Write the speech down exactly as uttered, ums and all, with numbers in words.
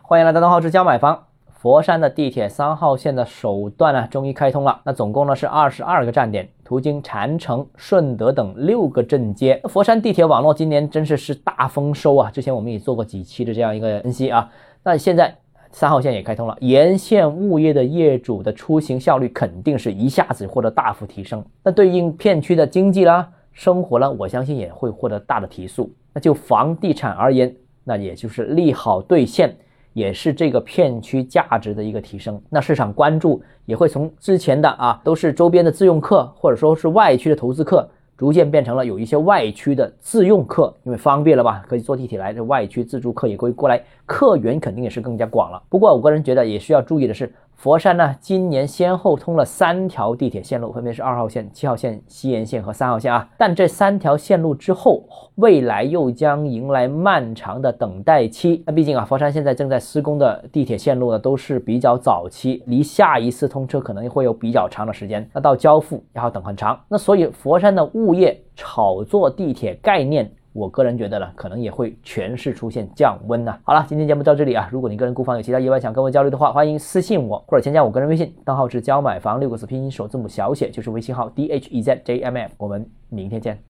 欢迎来到东浩之家买房。佛山的地铁三号线的首段呢，终于开通了。那总共呢是二十二个站点，途经禅城、顺德等六个镇街。佛山地铁网络今年真是是大丰收啊！之前我们也做过几期的这样一个分析啊。那现在三号线也开通了，沿线物业的业主的出行效率肯定是一下子获得大幅提升。那对应片区的经济啦、生活啦，我相信也会获得大的提速。那就房地产而言，那也就是利好兑现。也是这个片区价值的一个提升，那市场关注也会从之前的啊都是周边的自用客或者说是外区的投资客，逐渐变成了有一些外区的自用客，因为方便了吧，可以坐地铁来，这外区自住客也可以过来，客源肯定也是更加广了。不过我个人觉得也需要注意的是，佛山呢今年先后通了三条地铁线路，分别是二号线、七号线、西延线和三号线啊。但这三条线路之后，未来又将迎来漫长的等待期。那毕竟啊，佛山现在正在施工的地铁线路呢，都是比较早期，离下一次通车可能会有比较长的时间。那到交付也要等很长。那所以佛山的物业炒作地铁概念，我个人觉得呢，可能也会全市出现降温呢、啊。好了，今天节目到这里啊。如果你个人购房有其他意外想跟我交流的话，欢迎私信我或者添加我个人微信，账号是教买房六个字拼音首字母小写，就是微信号 D H E Z J M F。我们明天见。